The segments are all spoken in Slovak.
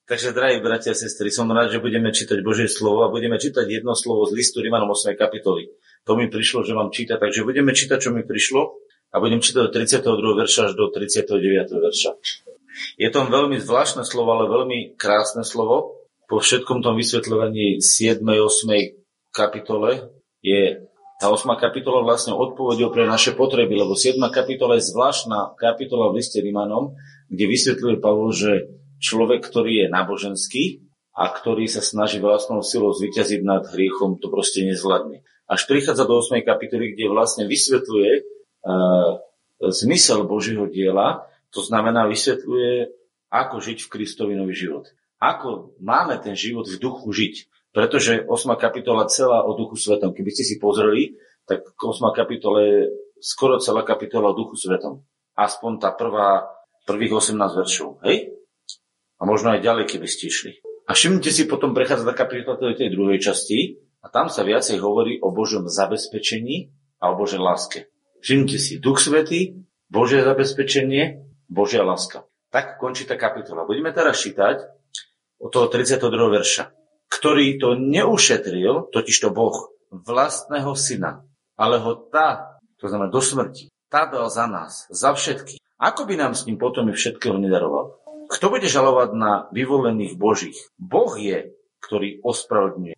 Takže, drahí bratia a sestry, som rád, že budeme čítať Božie slovo a budeme čítať jedno slovo z listu Rimanom 8. kapitoly. To mi prišlo, že mám čítať, takže budeme čítať, čo mi prišlo a budem čítať od 32. verša až do 39. verša. Je to veľmi zvláštne slovo, ale veľmi krásne slovo. Po všetkom tom vysvetľovaní 7. 8. kapitole je tá 8. kapitola vlastne odpovedou pre naše potreby, lebo 7. kapitola je zvláštna kapitola v liste Rimanom, kde vysvetľuje Pavol, že človek, ktorý je náboženský a ktorý sa snaží vlastnou silou zvíťaziť nad hriechom, to proste nezvládne. Až prichádza do 8. kapitoly, kde vlastne vysvetľuje zmysel Božieho diela, to znamená vysvetľuje, ako žiť v Kristovi nový život. Ako máme ten život v duchu žiť. Pretože 8. kapitola celá o Duchu Svetom. Keby ste si pozreli, tak 8. kapitola je skoro celá kapitola o Duchu Svetom. Aspoň tá prvých 18 veršov. Hej? A možno aj ďalej, keby ste išli. A všimnite si, potom prechádza tá kapitola do tej druhej časti a tam sa viacej hovorí o Božom zabezpečení a o Božej láske. Všimnite si, Duch Svätý, Božie zabezpečenie, Božia láska. Tak končí tá kapitola. Budeme teraz čítať od toho 32. verša. Ktorý to neušetril, totižto Boh, vlastného syna, ale ho to znamená do smrti, dal za nás, za všetky. Ako by nám s ním potom i všetkého nedaroval? Kto bude žalovať na vyvolených Božích? Boh je, ktorý ospravedlňuje.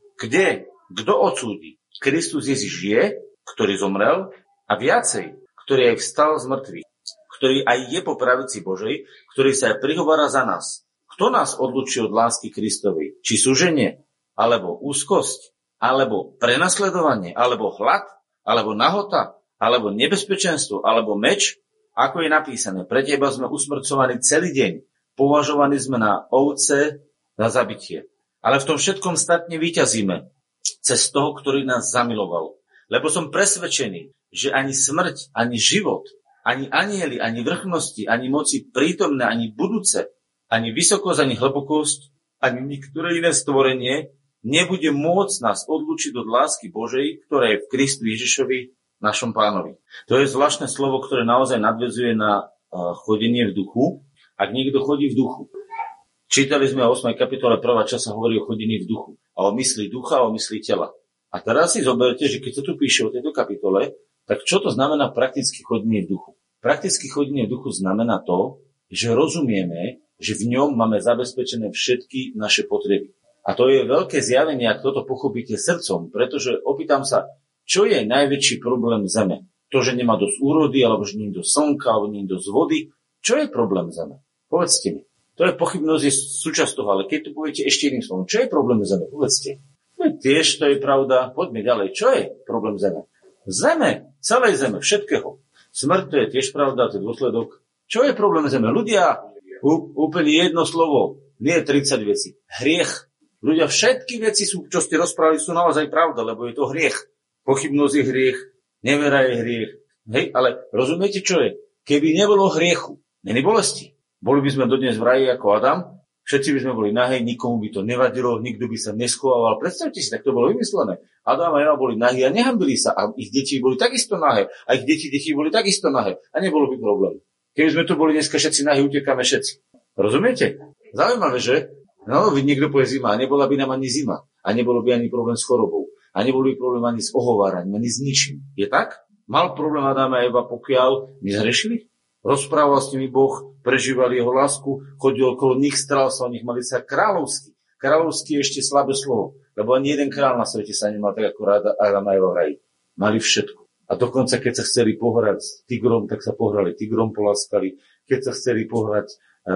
Kto odsúdi? Kristus Ježiš je, ktorý zomrel, a viacej, ktorý aj vstal z mŕtvych, ktorý aj je po pravici Božej, ktorý sa aj prihovára za nás. Kto nás odlučí od lásky Kristovej? Či súženie, alebo úzkosť, alebo prenasledovanie, alebo hlad, alebo nahota, alebo nebezpečenstvo, alebo meč? Ako je napísané, pre teba sme usmrcovaní celý deň. Považovaní sme na ovce na zabitie. Ale v tom všetkom statne víťazíme cez toho, ktorý nás zamiloval. Lebo som presvedčený, že ani smrť, ani život, ani anjeli, ani vrchnosti, ani moci prítomné, ani budúce, ani vysokosť, ani hlbokosť, ani niektoré iné stvorenie nebude môcť nás odlúčiť od lásky Božej, ktorá je v Kristu Ježišovi, našom Pánovi. To je zvláštne slovo, ktoré naozaj nadväzuje na chodenie v duchu. Ak niekto chodí v duchu. Čítali sme o 8. kapitole, prvá časť sa hovorí o chodení v duchu. A o mysli ducha a o mysli tela. A teraz si zoberte, že keď sa tu píše o tejto kapitole, tak čo to znamená prakticky chodenie v duchu? Prakticky chodenie v duchu znamená to, že rozumieme, že v ňom máme zabezpečené všetky naše potreby. A to je veľké zjavenie, ak toto pochopíte srdcom, pretože opýtam sa, čo je najväčší problém Zeme? To, že nemá dosť úrody, alebo že nie je dosť slnka, alebo nie je dosť vody. Čo je problém Zeme? Povedzte mi. To je pochybnosť, je súčasť toho, ale keď tu poviete ešte jedným slovom, čo je problém Zeme? Povedzte. Tiež to je pravda. Poďme ďalej. Čo je problém Zeme? Zeme, celej Zeme, všetkého. Smrť, to je tiež pravda, to je dôsledok. Čo je problém Zeme? Ľudia, úplne jedno slovo, nie 30 vecí. Hriech. Ľudia, všetky veci, čo ste rozprávali, sú naozaj pravda, lebo je to hriech. Pochybnosť je hriech, nevera je hriech. Hej, ale rozumiete, čo je? Keby nebolo hriechu, není bolesti. Boli by sme dodnes v raji ako Adam, všetci by sme boli nahej, nikomu by to nevadilo, nikto by sa neschovával. Predstavte si, tak to bolo vymyslené. Adam a Eva boli nahí a nehambili sa a ich deti boli takisto nahé a ich deti boli takisto nahé a nebolo by problém. Keby sme tu boli dneska všetci nahí, utekáme všetci. Rozumiete? Zaujímavé, že? No, niekto povie zima a nebola by nám ani zima a nebolo by ani problém s chorobou a nebolo by problém ani s ohováraním, ani s ničím. Je tak? Mal problém Adam a Eva, pokiaľ nezhrešili? Rozprával s nimi Boh, prežívali jeho lásku, chodil okolo nich, staral sa o nich, mali sa kráľovský. Kráľovský je ešte slabé slovo, lebo ani jeden kráľ na svete sa nemal tak ako Adam a Eva v raji. Mali všetko. A dokonca, keď sa chceli pohrať s tigrom, tak sa pohrali tigrom, polaskali. Keď sa chceli pohrať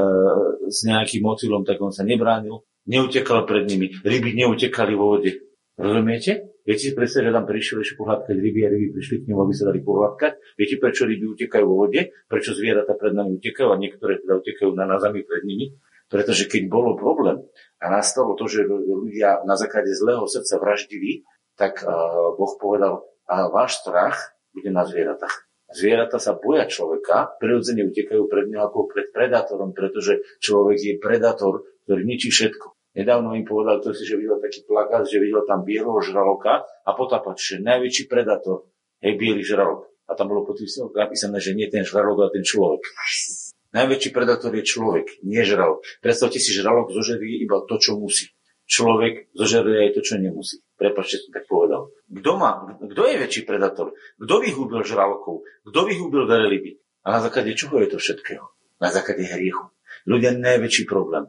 s nejakým motýlom, tak on sa nebránil, neutekal pred nimi. Ryby neutekali vo vode. Rozumiete? Viete si predstaviť, že tam prišli ešte pohľadkať ryby a ryby prišli k nemu, aby sa dali pohľadkať? Viete, prečo ryby utekajú vo vode? Prečo zvieratá pred nami utekajú a niektoré teda utekajú na zemi pred nimi? Pretože keď bolo problém a nastalo to, že ľudia na základe zlého srdca vraždili, tak Boh povedal, a váš strach bude na zvieratách. Zvieratá sa boja človeka, prirodzene utekajú pred ňou ako pred predátorom, pretože človek je predátor, ktorý ničí všetko. Nedávno im povedal, že videl taký plakát, že videl tam bieleho žraloka a potápač, že najväčší predátor je biely žralok. A tam bolo napísané, že nie ten žralok, ale ten človek. Najväčší predátor je človek, nie žralok. Predstavte si, žralok zožerie iba to, čo musí. Človek zožerie aj to, čo nemusí. Prepáčte, som tak povedal. Kto je väčší predátor? Kto vyhúbil žralokov? Kto vyhúbil veľryby? A na základe čoho je to všetkého? Na základe hriechu. Ľudia, najväčší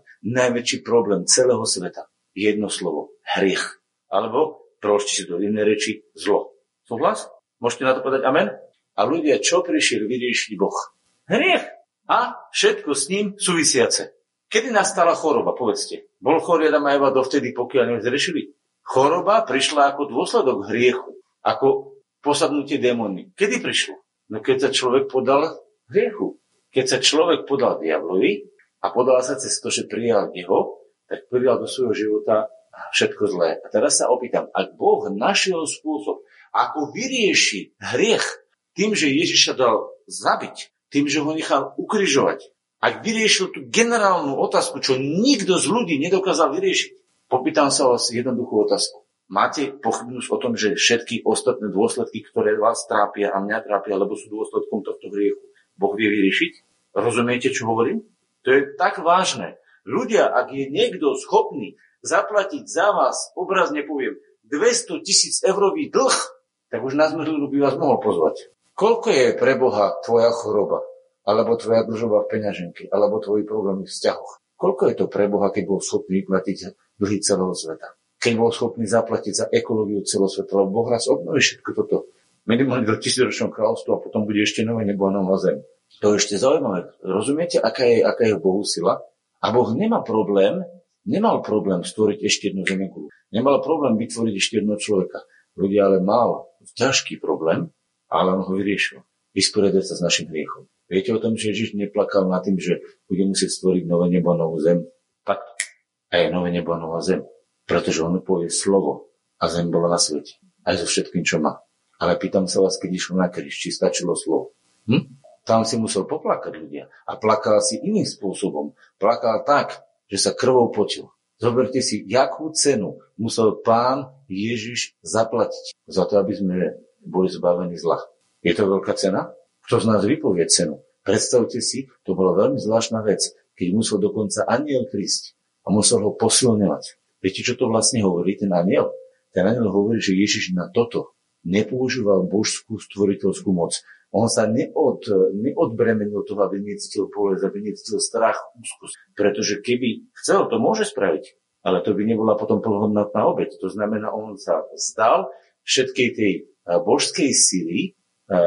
problém celého sveta. Jedno slovo. Hriech. Alebo, preložte si do iné reči, zlo. Súhlas? Môžete na to povedať amen? A ľudia, čo prišiel vyriešiť Boh? Hriech. A všetko s ním súvisiace. Kedy nastala choroba, povedzte? Bol chorý Adam a Eva dovtedy, pokiaľ nezrešili? Choroba prišla ako dôsledok hriechu, ako posadnutie démony. Kedy prišlo? No keď sa človek podal hriechu. Keď sa človek podal diablovi a podal sa cez to, že prijal jeho, tak prijal do svojho života všetko zlé. A teraz sa opýtam, ak Boh našiel spôsob, ako vyrieši hriech tým, že Ježiša dal zabiť, tým, že ho nechal ukrižovať, ak vyriešil tú generálnu otázku, čo nikto z ľudí nedokázal vyriešiť, popýtam sa vás jednoduchú otázku. Máte pochybnosť o tom, že všetky ostatné dôsledky, ktoré vás trápia a mňa trápia, lebo sú dôsledkom tohto hriechu, Boh vie vyriešiť? Rozumiete, čo hovorím? To je tak vážne. Ľudia, ak je niekto schopný zaplatiť za vás, obrazne poviem, 200 000 eurový dlh, tak už na zmrlinu by vás mohol pozvať. Koľko je pre Boha tvoja choroba? Alebo tvoja dlžoba v peňaženke, alebo tvoji problémy v vzťahoch. Koľko je to pre Boha, keď bol schopný vyplatiť dlhy celého sveta? Keď bol schopný zaplatiť za ekológiu celého sveta, lebo Boh raz obnoví všetko toto. Minimálne do 1000-ročného kráľovstva a potom bude ešte nové nebo a nová zem. To je ešte zaujímavé. Rozumiete, aká je v Bohu sila? A Boh nemal problém stvoriť ešte jednu zemegulu. Nemal problém vytvoriť ešte jedného človeka. Ľudia ale mal ťažký problém, ale on ho vyriešil. Vysporiadať sa s našim hriechom. Viete o tom, že Ježiš neplakal nad tým, že bude musieť stvoriť nové nebo a novú zem? Tak. A je nové nebo a nová zem. Pretože on povie slovo a zem bola na svete. Aj so všetkým, čo má. Ale pýtam sa vás, keď išlo na kríž, či stačilo slovo. Tam si musel poplakať ľudia. A plakal si iným spôsobom. Plakal tak, že sa krvou potil. Zoberte si, jakú cenu musel Pán Ježiš zaplatiť za to, aby sme boli zbavení zla. Je to veľká cena? Kto z nás vypovie cenu? Predstavte si, to bola veľmi zvláštna vec, keď musel dokonca anjel prísť a musel ho posilňovať. Viete, čo to vlastne hovorí ten anjel? Ten anjel hovorí, že Ježiš na toto nepoužíval božskú stvoriteľskú moc. On sa neodbremenil toho, aby necítil bolesť, aby necítil strach, úzkosť. Pretože keby chcel, to môže spraviť, ale to by nebola potom plnohodnotná obeť. To znamená, on sa vzdal všetkej tej božskej sily,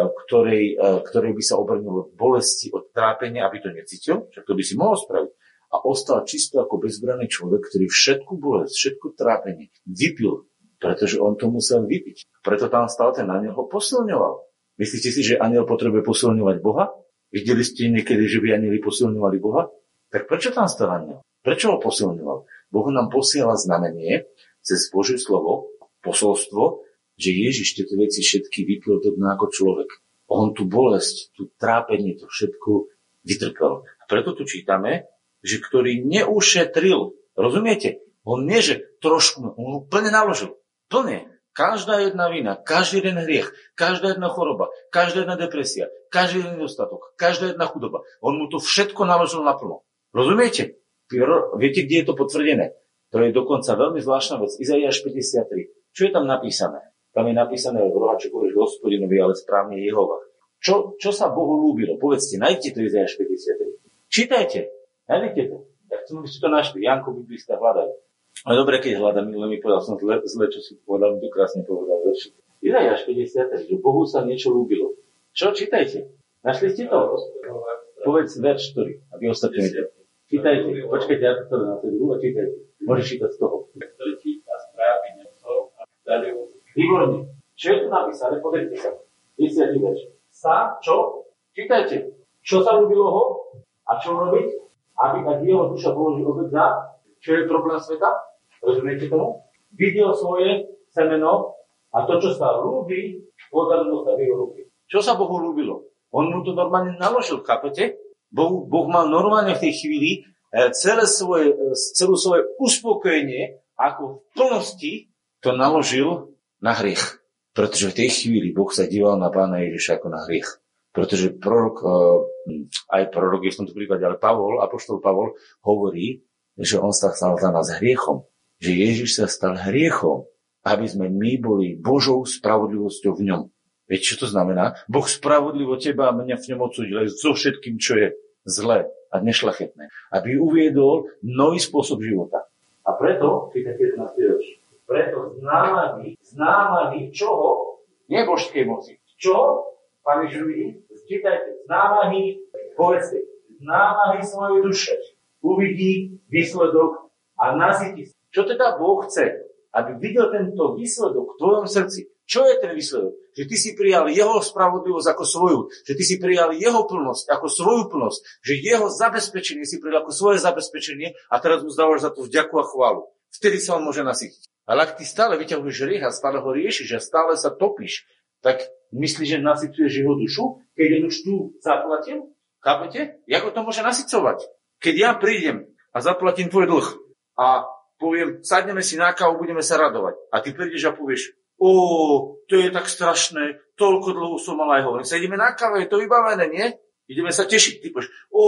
ktorej by sa obrnilo od bolesti, od trápenia, aby to necítil, však to by si mohol spraviť. A ostal čisto ako bezbranný človek, ktorý všetku bolesť, všetko trápenie vypil, pretože on to musel vypiť. Preto tam stal ten anjel, ho posilňoval. Myslíte si, že anjel potrebuje posilňovať Boha? Videli ste niekedy, že by anjeli posilňovali Boha? Tak prečo tam stal anjel? Prečo ho posilňoval? Boh nám posiela znamenie cez Božie slovo, posolstvo, že Ježiš tieto veci všetky vypil to dno ako človek. On tú bolesť, tú trápenie, to všetko vytrpel. A preto tu čítame, že ktorý neušetril, rozumiete? On nie, že trošku, on ho plne naložil. Plne. Každá jedna vina, každý jeden hriech, každá jedna choroba, každá jedna depresia, každý jeden nedostatok, každá jedna chudoba. On mu to všetko naložil naplno. Rozumiete? Viete, kde je to potvrdené? To je dokonca veľmi zvláštna vec. Izaiáš 53. Čo je tam napísané? Tam je napísané v roháčku, že Hospodinovi, ale správne Jehova. Čo sa Bohu ľúbilo? Povedzte, nájdete to Izaiáš 53. Čítajte, nájdete to. Ja chcem, aby ste to našli. Janko, biblista, hľadaj. Ale dobre, keď hľadám, mi povedal som zle, čo si povedal, mi to krásne povedal. Izaiáš 53, že Bohu sa niečo ľúbilo. Čo? Čítajte. Našli ste to? Povedz verš 4, aby ostatní vedeli. Čítajte. Počkajte, ja to na to čítajte. Môžeš čítať z toho. Výborne. Čo je tu napísané? Pozrite sa. 10. verš. Sa, čo? Čítajte. Čo sa ľúbilo ho? A čo robiť? Aby tak jeho duša položí obed za? Čo je problém sveta? Rozumiete tomu? Videl svoje semeno a to, čo sa ľúbi, podarilo sa v jeho ruky. Čo sa Bohu ľúbilo? On mu to normálne naložil, chápete? Boh mal normálne v tej chvíli celé svoje uspokojenie, ako v plnosti to naložil na hriech. Pretože v tej chvíli Boh sa díval na Pána Ježiša ako na hriech. Pretože aj prorok je v tomto prípade, ale apoštol Pavol hovorí, že on sa stal za nás hriechom. Že Ježiš sa stal hriechom, aby sme my boli Božou spravodlivosťou v ňom. Viete, čo to znamená? Boh spravodlivo teba a mňa v ňom odsúdil so všetkým, čo je zlé a nešľachetné. Aby uviedol nový spôsob života. A preto, čítate 11. verš, preto známaný čoho? Nie božskej moci. Čo? Pán Ježiš vidí? Čítajte, známaný, povedzte, známaný svojej duše. Uvidí výsledok a nasytí. Čo teda Boh chce? Aby videl tento výsledok v tvojom srdci. Čo je ten výsledok? Že ty si prijal jeho spravodlivosť ako svoju. Že ty si prijal jeho plnosť ako svoju plnosť. Že jeho zabezpečenie si prijal ako svoje zabezpečenie a teraz mu zdávaš za to vďaku a chválu. Vtedy sa on môže nasytiť. Ale ak ty stále vyťahuješ hriech a stále ho riešiš a stále sa topíš, tak myslíš, že nasycuješ jeho dušu, keď on už tu zaplatil? Chápete? Ako to môže nasycovať? Keď ja prídem a zaplatím tvoj dlh a poviem, sadneme si na kávu, budeme sa radovať. A ty prídeš a povieš, to je tak strašné, toľko dlho som mal aj hovorím. Sedíme na káve, je to vybavené, nie? Ideme sa tešiť. Ty povieš,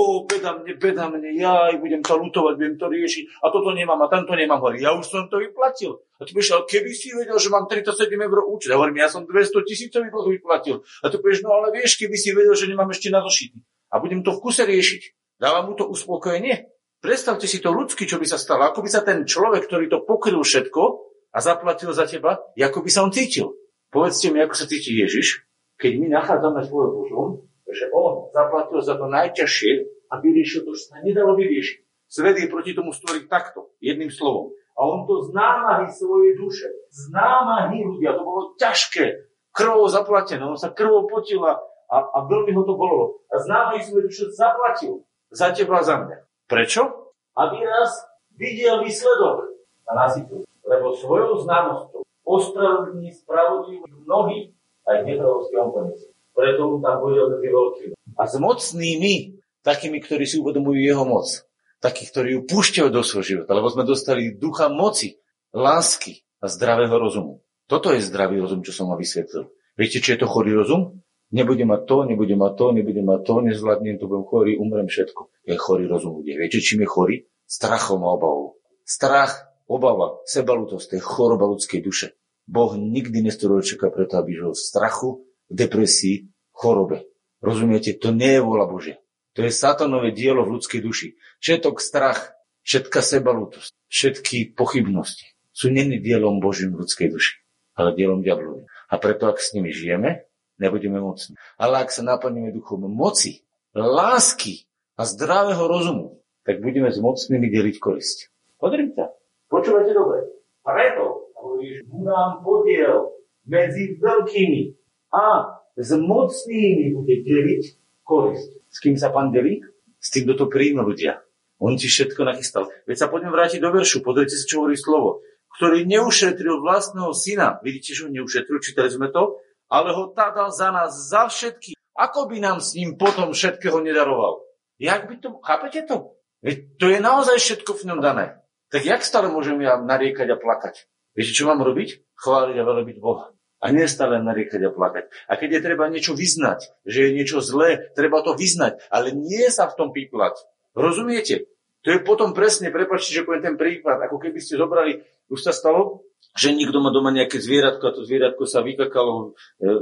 beda mne, ja budem to ľutovať, budem to riešiť a toto nemám a tamto nemám. Hovorím, ja už som to vyplatil. A ty povieš, ale keby si vedel, že mám 37 € účet. Hovorím, ja som 200 000 vyplatil. A ty povieš, no ale vieš, keby si vedel, že nemám ešte na zošity. A budem to v kuse riešiť. Dáva mu to uspokojenie? Predstavte si to ľudsky, čo by sa stalo. Ako by sa ten človek, ktorý to pokryl všetko a zaplatil za teba, ako by sa on cítil. Povedzte mi, ako sa cíti Ježiš, keď my nachádzame svoj Božom, že on zaplatil za to najťažšie a vyriešil to, čo sa nedalo vyriešiť. Svet je proti tomu stvoriť takto, jedným slovom. A on to z námahy svojej duše, z námahy ľudia, to bolo ťažké, krvou zaplatené, on sa krvou potil a veľmi ho to bolelo. A z námahy svojej duše zaplatil za teba a za mňa. Prečo? Aby raz videl výsledok a nasytil. Lebo svojou známosťou ospravedlní spravodlivých mnohých aj nepravostí on poniesie. Preto mu tam bude taký veľký. A s mocnými, takými, ktorí si uvedomujú jeho moc, takí, ktorí ju púšťajú do svojho života, lebo sme dostali ducha moci, lásky a zdravého rozumu. Toto je zdravý rozum, čo som vám vysvetlil. Viete, čo je to chorý rozum? Nebudem mať to, nezvládnem to, budem chorý, umrem všetko. Je chorý rozum ľudia. Viete, čím je chorý? Strachom a obavou. Strach, obava, sebalútosť, to je choroba ľudskej duše. Boh nikdy nestvoril človeka preto, aby žil v strachu, v depresii, chorobe. Rozumiete? To nie je vôľa Božia. To je satanové dielo v ľudskej duši. Všetok strach, všetka sebalútosť, všetky pochybnosti sú nie dielom Božím v ľudskej duši, ale dielom diablovým. A preto, ak s nimi žijeme, nebudeme mocní. Ale ak sa naplníme duchom moci, lásky a zdravého rozumu, tak budeme s mocnými deliť korisť. Pozrite sa, počúvajte dobre. Preto, hovoríš, budám podiel medzi veľkými a s mocnými bude deliť korisť. S kým sa Pán delí? S tým, kto to príjme ľudia. On ti všetko nachystal. Veď sa poďme vrátiť do veršu, pozrite sa, čo hovorí slovo. Ktorý neušetril vlastného syna. Vidíte, že ho neušetril, čítali sme to? Ale ho dal za nás, za všetky. Ako by nám s ním potom všetkého nedaroval? Jak by to, chápete to? Veď to je naozaj všetko v ňom dané. Tak jak stále môžem ja nariekať a plakať? Viete, čo mám robiť? Chváliť a velebiť Boha. A nie stále nariekať a plakať. A keď je treba niečo vyznať, že je niečo zlé, treba to vyznať, ale nie sa v tom píplať. Rozumiete? To je potom presne, prepáčte, že poviem ten príklad, ako keby ste zobrali, už sa stalo, že niekto má doma nejaké zvieratko a to zvieratko sa vykakalo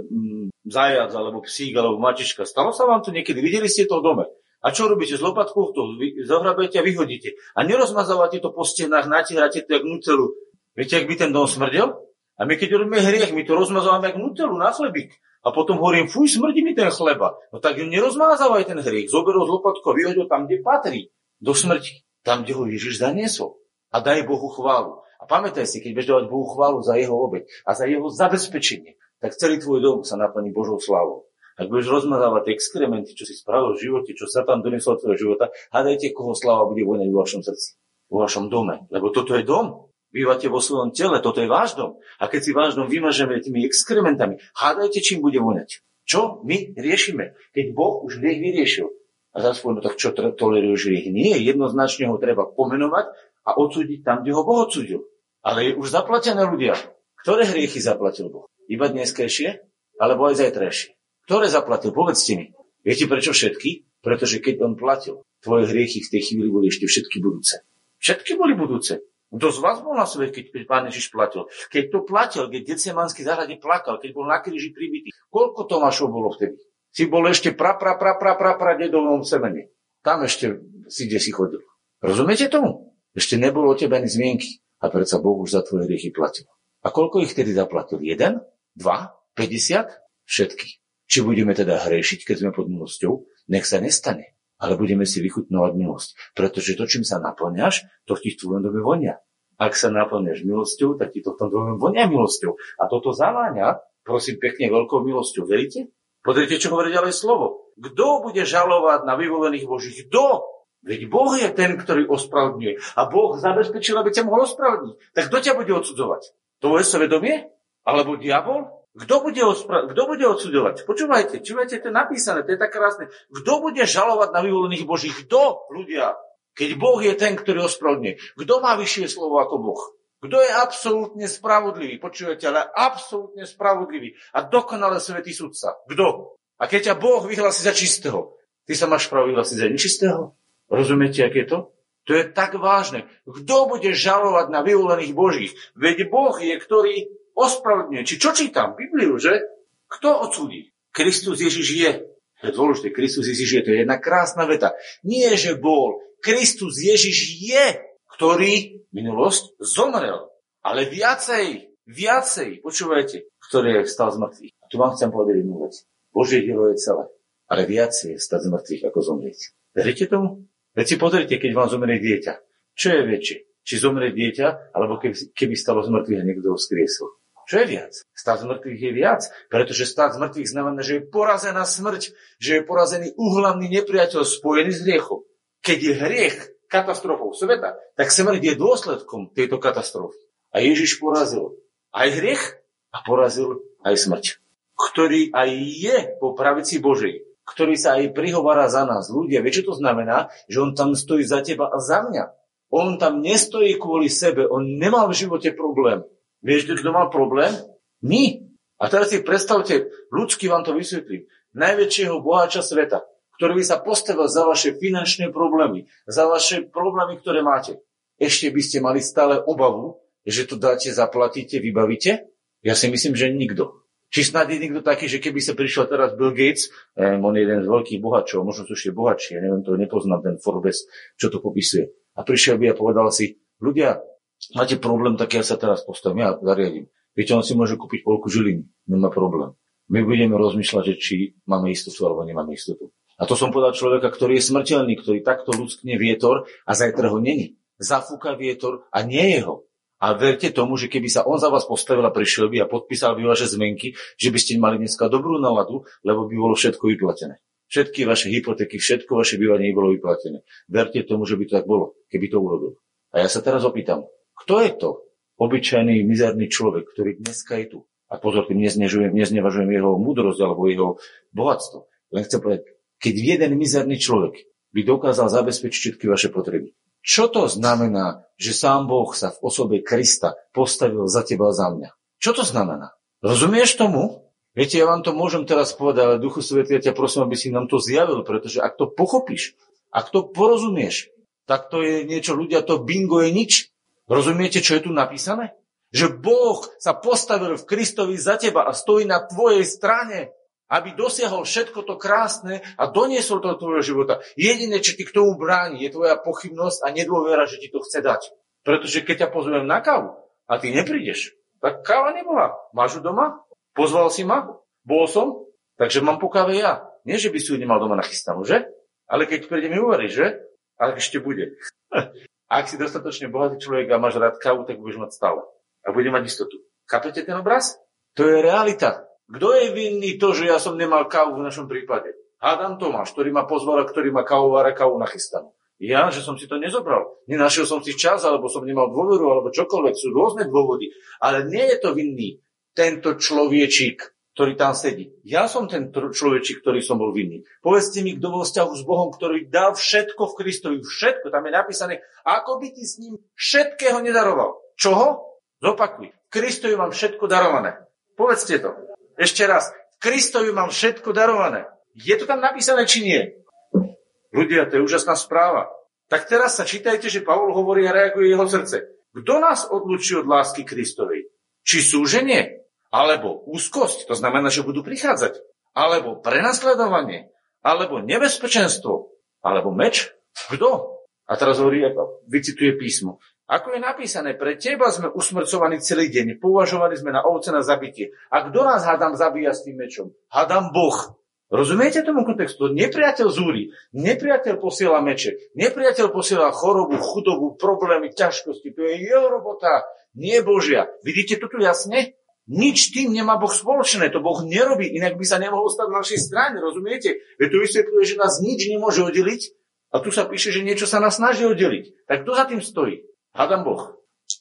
zajac, alebo psík, alebo mačička. Stalo sa vám to niekedy? Videli ste to v dome? A čo robíte? S lopatkou to zohrabete a vyhodíte. A nerozmazávate to po stenách, natierate to jak nutelu. Viete, ak by ten dom smrdel? A my keď robíme hriech, my to rozmazávame jak nutelu na chlebík. A potom hovorím, fuj, smrdí mi ten chleba. No tak nerozmázávaj ten hriech. Zoberol z lopatkou, vyhodil tam, kde patrí. Do smrti. Tam, kde ho Ježiš zaniesol. A daj Bohu chválu. A pamätaj si, keď budeš dávať Bohu chválu za jeho obeť a za jeho zabezpečenie, tak celý tvoj dom sa naplní Božou slávou. Ak budeš rozmazávať exkrementy, čo si spravil v živote, čo sa tam donesol do tvojho života, hádajte, koho sláva bude voňať vo vašom srdci, vo vašom dome. Lebo toto je dom. Bývate vo svojom tele, toto je váš dom. A keď si váš dom vymažeme tými exkrementami, hádajte, čím bude voňať. Čo my riešime? Keď Boh už hriech vyriešil. A zase no tak čo toleruješ hriech? Nie, jednoznačne ho treba pomenovať a odsúdiť tam, kde ho Boh odsúdil. Ale je už zaplatené ľudia. Ktoré hriechy zaplatil Boh? Iba dneskajšie? Alebo aj zajtrajšie? Ktoré zaplatil? Povedzte mi. Viete prečo všetky? Pretože keď on platil, tvoje hriechy v tej chvíli boli ešte všetky budúce. Všetky boli budúce. Kto z vás bol na svete, keď Pán Ježiš platil? Keď to platil, keď Getsemanský záhrade plakal, keď bol na kríži pribitý, koľko Tomášov bolo vtedy? Si bol ešte dedovom semene. Tam ešte si kde si chodil. Rozumiete tomu? Ešte nebolo o tebe ani zmienky. A predsa Boh už za tvoje hriechy platil. A koľko ich tedy zaplatil? 1? 2? 50? Všetky. Či budeme teda hrešiť, keď sme pod milosťou? Nech sa nestane. Ale budeme si vychutnovať milosť. Pretože to, čím sa naplňaš, to ti v tvojom dome vonia. Ak sa naplňaš milosťou, tak ti to v tom dome vonia milosťou. A toto zaváňa, prosím, pekne veľkou milosťou. Veríte? Pozrite, čo hovorí ďalej slovo. Kto bude žalovať na vyvolených Božích? Kto? Veď Boh je ten, ktorý ospravedlňuje. A Boh zabezpečil, aby ťa mohol ospravedlniť. Tak kto ťa bude odsudzovať? Tvoje svedomie? Alebo diabol? Kto bude odsudzovať? Počúvajte, to je napísané, to je tak krásne. Kto bude žalovať na vyvolených Božích? Kto, ľudia? Keď Boh je ten, ktorý ospravedlňuje. Kto má vyššie slovo ako Boh? Kto je absolútne spravodlivý? Počujete, ale absolútne spravodlivý. A dokonale svätý sudca. Kto? A keď ťa Boh vyhlási za čistého, ty sa máš právo vyhlásiť za nečistého? Rozumiete, aké je to? To je tak vážne. Kto bude žalovať na vyvolených Božích? Veď Boh je, ktorý ospravedlňuje. Čo čítam? Bibliu, že? Kto odsúdi? Kristus Ježiš je. To je dôležité. Kristus Ježiš je. To je jedna krásna veta. Nie, že bol. Kristus Ježiš je, ktorý minulosť zomrel. Ale viacej, počúvajte, ktorý je vstal z mŕtvych. A tu vám chcem povedať jednu vec. Božie dielo je celé. Ale viacej je stať z mŕtvych, ako zomrieť. Veríte tomu? Veď si pozrite, keď vám zomrie dieťa. Čo je väčšie? Či zomrie dieťa, alebo keby stalo z mŕtvych a niekto ho vzkriesol? Čo je viac? Stáť z mŕtvych je viac, pretože stáť z mŕtvych znamená, že je porazená smrť, že je porazený úhlavný nepriateľ spojený s hriechom. Keď je hriech katastrofou sveta, tak smrť je dôsledkom tejto katastrofy. A Ježiš porazil aj hriech a porazil aj smrť, ktorý aj je po pravici Božej, ktorý sa aj prihovára za nás. Ľudia, viete, čo to znamená? Že on tam stojí za teba a za mňa. On tam nestojí kvôli sebe, on nemal v živote problém. Vieš, kto mal problém? My. A teraz si predstavte, ľudsky vám to vysvetlím, najväčšieho boháča sveta, ktorý by sa postavil za vaše finančné problémy, za vaše problémy, ktoré máte. Ešte by ste mali stále obavu, že to dáte, zaplatíte, vybavíte? Ja si myslím, že nikto. Či snad je niekto taký, že keby sa prišiel teraz Bill Gates, on je jeden z veľkých bohatčov, možno sú ešte bohatší, ja neviem, to nepoznám ten Forbes, čo to popisuje. A prišiel by a povedal si, ľudia, máte problém, tak ja sa teraz postavím, ja zariadím. Viete, on si môže kúpiť polku Žiliny, nemá problém. My budeme rozmýšľať, že či máme istotu alebo nemáme istotu. A to som povedal človeka, ktorý je smrteľný, ktorý takto luskne vietor a zajtra ho není. Zafúka vietor a nie je ho. A verte tomu, že keby sa on za vás postavil a prišiel by a podpísal by vaše zmenky, že by ste mali dneska dobrú náladu, lebo by bolo všetko vyplatené. Všetky vaše hypotéky, všetko vaše bývanie bolo vyplatené. Verte tomu, že by to tak bolo, keby to urobil. A ja sa teraz opýtam, kto je to obyčajný, mizerný človek, ktorý dneska je tu? A pozor, tým neznevažujem jeho múdrosť alebo jeho bohatstvo. Len chcem povedať, keď jeden mizerný človek by dokázal zabezpečiť všetky vaše potreby, čo to znamená, že sám Boh sa v osobe Krista postavil za teba a za mňa? Čo to znamená? Rozumieš tomu? Viete, ja vám to môžem teraz povedať, ale Duchu Svätý, ja ťa prosím, aby si nám to zjavil, pretože ak to pochopíš, ak to porozumieš, tak to je niečo, ľudia, to bingo je nič. Rozumiete, čo je tu napísané? Že Boh sa postavil v Kristovi za teba a stojí na tvojej strane, aby dosiahol všetko to krásne a doniesol to do tvojho života. Jediné, čo ti k tomu bráni, je tvoja pochybnosť a nedôvera, že ti to chce dať. Pretože keď ťa pozvem na kávu a ty neprídeš, tak káva nebola. Máš ju doma? Pozval si ma? Bol som? Takže mám po káve ja. Nie, že by si ju nemal doma nachystanú, že? Ale keď príde mi uveriť, že? Ale ešte bude. Ak si dostatočne bohatý človek a máš rád kávu, tak budeš mať stále. A bude mať istotu. Chápete ten obraz? To je realita. Kto je vinný to, že ja som nemal kávu v našom prípade? Hádam Tomáš, ktorý ma pozval a ktorý ma kávovára kávu nachystanú. Ja, že som si to nezobral. Nenašiel som si čas, alebo som nemal dôveru, alebo čokoľvek. Sú rôzne dôvody. Ale nie je to vinný tento človečík, ktorý tam sedí. Ja som ten človečík, ktorý som bol vinný. Povedzte mi, kto bol vzťahu s Bohom, ktorý dal všetko v Kristovi. Všetko. Tam je napísané, ako by ti s ním všetkého nedaroval. Čoho? Zopakuj. V Kristovi mám všetko darované. Povedzte to. Ešte raz. V Kristovi mám všetko darované. Je to tam napísané, či nie? Ľudia, to je úžasná správa. Tak teraz sa čítajte, že Pavol hovorí a reaguje jeho srdce. Kto nás odlúči od lásky Kristovej? Či súženie? Alebo úzkosť? To znamená, že budú prichádzať. Alebo prenasledovanie? Alebo nebezpečenstvo? Alebo meč? Kto? A teraz hovorí, vycituje písmo. Ako je napísané, pre teba sme usmrcovaní celý deň, považovaní sme na ovce na zabitie. A kto nás, hádam, zabíja s tým mečom? Hádam Boh. Rozumiete tomu kontextu? Nepriateľ zúri, nepriateľ posiela meče, nepriateľ posiela chorobu, chudobu, problémy, ťažkosti. To je jeho robota, nie Božia. Vidíte to tu jasne? Nič tým nemá Boh spoločné, to Boh nerobí, inak by sa nemohol stať na našej strane, rozumiete? Veď tu vysvetľuje, že nás nič nemôže oddeliť a tu sa píše, že niečo sa nás snaží oddeliť. Tak kto za tým stojí? Hádam Boh.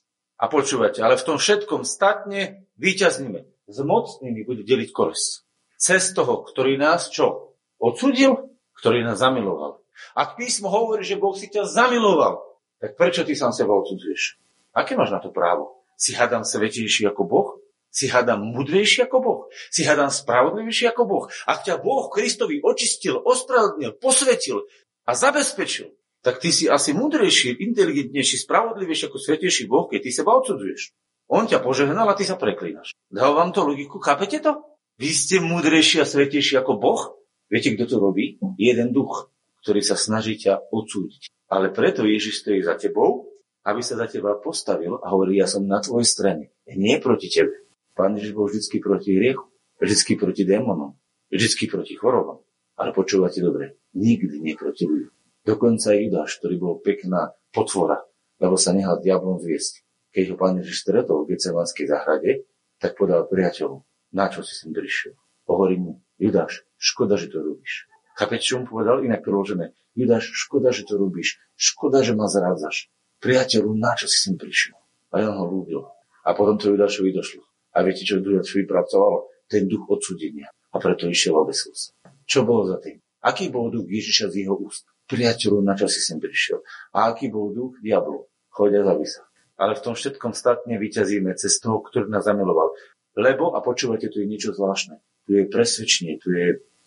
A počúvate, ale v tom všetkom statne víťazníme. S mocnými bude deliť korisť. Cez toho, ktorý nás čo? Odsúdil? Ktorý nás zamiloval. Ak písmo hovorí, že Boh si ťa zamiloval, tak prečo ty sám seba odsudzuješ? Aké máš na to právo? Si hádam svätejší ako Boh? Si hádam mudrejší ako Boh? Si hádam spravodlivejší ako Boh? Ak ťa Boh Kristovi očistil, ospravedlnil, posvetil a zabezpečil, tak ty si asi múdrejší, inteligentnejší, spravodlivejší ako svätejší Boh, keď ty seba odsudzuješ. On ťa požehnal a ty sa preklínaš. Dáva vám to logiku? Chápete to? Vy ste múdrejší a svätejší ako Boh? Viete, kto to robí? Jeden duch, ktorý sa snaží ťa odsúdiť. Ale preto Ježiš stojí za tebou, aby sa za teba postavil a hovorí, ja som na tvojej strane. Nie proti tebe. Pán Ježiš bol vždycky proti hriechu, vždycky proti démonom, vždycky proti chorobám. Ale počúvate dobre, nikdy nie proti ľuďom. Dokonca aj Judáš, ktorý bol pekná potvora, lebo sa nehal diablom zviesť. Keď ho Pán Ježiš stretol v Getsemanskej záhrade, tak podal priateľu, na čo si sem prišiel? Hovorí mu, Judáš, škoda, že to robíš. Chápete, čo mu povedal? Inak preložené. Judáš, škoda, že to robíš. Škoda, že ma zrádzaš. Priateľu, na čo si sem prišiel? A on ho ľúbil. A potom to Judášovi došlo. A viete, čo Judášovi pracovalo? Ten duch odsúdenia. A preto išiel a obesil sa. Čo bolo za tým? Aký bol duch Ježiša z jeho úst? Priateľu, na čo si sem prišiel? A aký bol duch diablu? Choď a zabij sa. Ale v tom všetkom statne vyťazíme cez toho, ktorý nás zamiloval. Lebo, a počúvate, tu je niečo zvláštne. Tu je presvedčenie, tu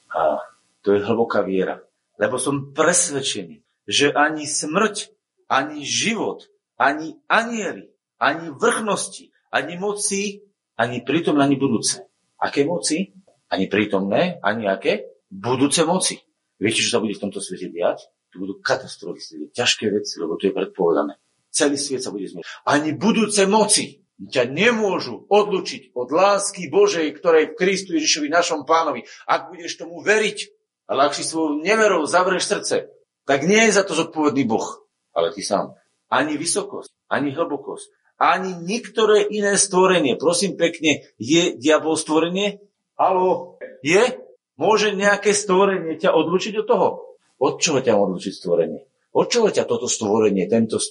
je hlboká viera. Lebo som presvedčený, že ani smrť, ani život, ani anjeli, ani vrchnosti, ani moci, ani prítomné, ani budúce. Aké moci? Ani prítomné, ani aké? Budúce moci. Viete, čo sa bude v tomto svete diať? Tu budú katastrofy, ťažké veci, lebo to je predpovedané. Celý svet sa bude zmieť. Ani budúce moci ťa nemôžu odlučiť od lásky Božej, ktorej v Kristu Ježišovi našom Pánovi. Ak budeš tomu veriť, ale ak si svojou neverou zavrieš srdce, tak nie je za to zodpovedný Boh, ale ty sám. Ani vysokosť, ani hlbokosť, ani niektoré iné stvorenie. Prosím pekne, je diabol stvorenie? Haló? Je? Môže nejaké stvorenie ťa odlučiť od toho? Od čoho ťa odlučiť stvorenie? Od čoho ťa toto stvorenie,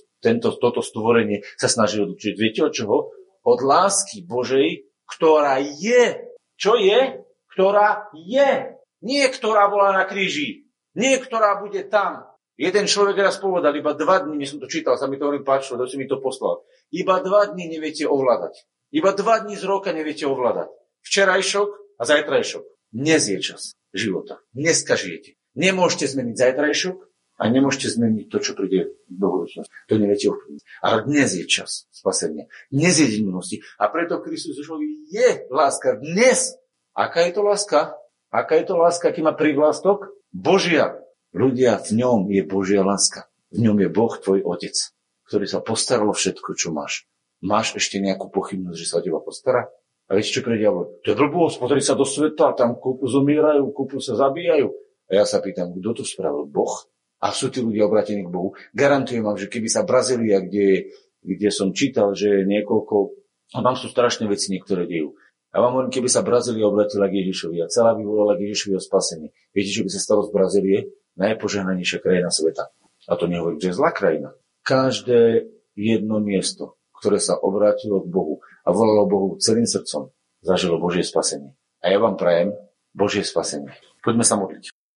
toto stvorenie sa snaží odlučiť? Viete od čoho? Od lásky Božej, ktorá je. Čo je? Ktorá je. Nie, ktorá bola na kríži. Nie, ktorá bude tam. Jeden človek raz povedal, iba 2 dní, než som to čítal, sa mi to veľmi páčilo, si mi to poslal. Iba 2 dní neviete ovládať. Iba 2 dní z roka neviete ovládať. Včerajšok a zajtrajšok. Dnes je čas života. Dneska žijete. Nemôžete zmeniť zajtrajšok a nemôžete zmeniť to, čo príde do budúcnosti. To neviete ovplyvniť. Ale dnes je čas spasenia. Dnes je deň milosti. A preto Kristus Ježišovi je láska dnes. Aká je to láska? Aká je to láska, aký má privlastok? Božia. Ľudia, v ňom je Božia láska. V ňom je Boh, tvoj otec, ktorý sa postaral o všetko, čo máš. Máš ešte nejakú pochybnosť, že sa o teba postará? A viete, čo pre diabol? To je blbosť, pozri sa do sveta, tam kúpu zomierajú, kúpu sa zabíjajú. A ja sa pýtam, kto to spravil? Boh? A sú tí ľudia obratení k Bohu? Garantujem vám, že keby sa Brazília, kde som čítal, že niekoľko, a tam sú strašné veci niektoré dejú. A vám hovorím, keby sa Brazília obratila k Ježišovi a celá by volala k Ježišovi o spasenie. Viete, čo by sa stalo z Brazílie? Najpožehnanejšia krajina sveta. A to nehovorím, že je zlá krajina. Každé jedno miesto, ktoré sa obrátilo k Bohu a volalo Bohu celým srdcom, zažilo Božie spasenie. A ja vám prajem Božie spasenie. Poďme sa modliť.